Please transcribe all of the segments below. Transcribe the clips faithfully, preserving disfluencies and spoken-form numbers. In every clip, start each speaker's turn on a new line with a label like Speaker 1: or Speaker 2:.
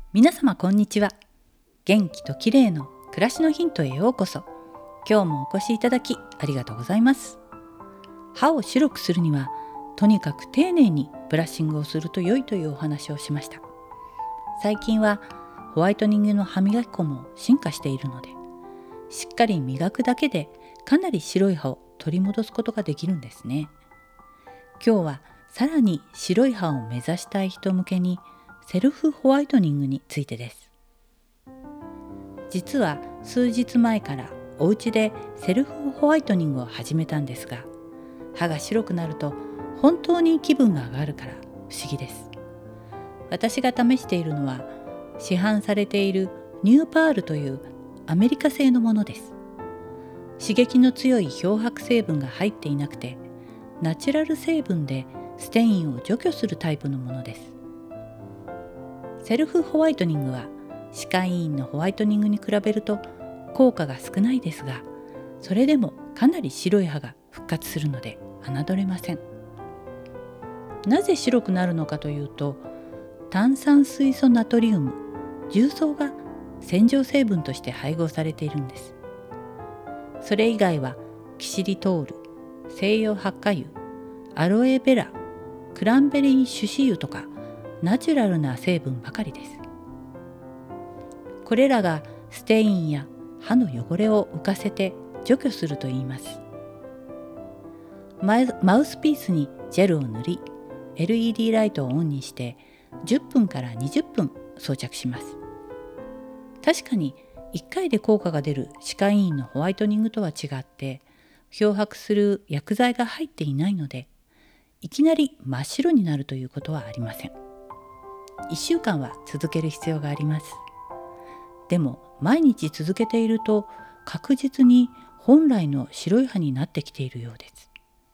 Speaker 1: 皆様こんにちは。元気と綺麗の暮らしのヒントへようこそ。今日もお越しいただきありがとうございます。歯を白くするにはとにかく丁寧にブラッシングをすると良いというお話をしました。最近はホワイトニングの歯磨き粉も進化しているので、しっかり磨くだけでかなり白い歯を取り戻すことができるんですね。今日はさらに白い歯を目指したい人向けにセルフホワイトニングについてです。実は数日前からお家でセルフホワイトニングを始めたんですが、歯が白くなると本当に気分が上がるから不思議です。私が試しているのは市販されているニューパールというアメリカ製のものです。刺激の強い漂白成分が入っていなくて、ナチュラル成分でステインを除去するタイプのものです。セルフホワイトニングは歯科医院のホワイトニングに比べると効果が少ないですが、それでもかなり白い歯が復活するので侮れません。なぜ白くなるのかというと、炭酸水素ナトリウム、重曹が洗浄成分として配合されているんです。それ以外はキシリトール、西洋ハッカ油、アロエベラ、クランベリー種子油とかナチュラルな成分ばかりです。これらがステインや歯の汚れを浮かせて除去するといいます。マウスピースにジェルを塗り、エルイーディー ライトをオンにしてじゅっぷんからにじゅっぷん装着します。確かにいっかいで効果が出る歯科医院のホワイトニングとは違って、漂白する薬剤が入っていないので、いきなり真っ白になるということはありません。いっしゅうかんは続ける必要があります。でも毎日続けていると確実に本来の白い歯になってきているようです。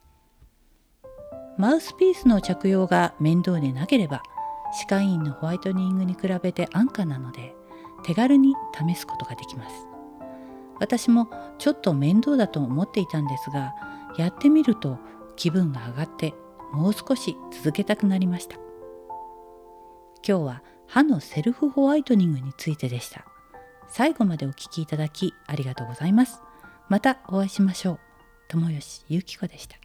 Speaker 1: マウスピースの着用が面倒でなければ、歯科医院のホワイトニングに比べて安価なので手軽に試すことができます。私もちょっと面倒だと思っていたんですが、やってみると気分が上がってもう少し続けたくなりました。今日は歯のセルフホワイトニングについてでした。最後までお聞きいただきありがとうございます。またお会いしましょう。友吉ゆき子でした。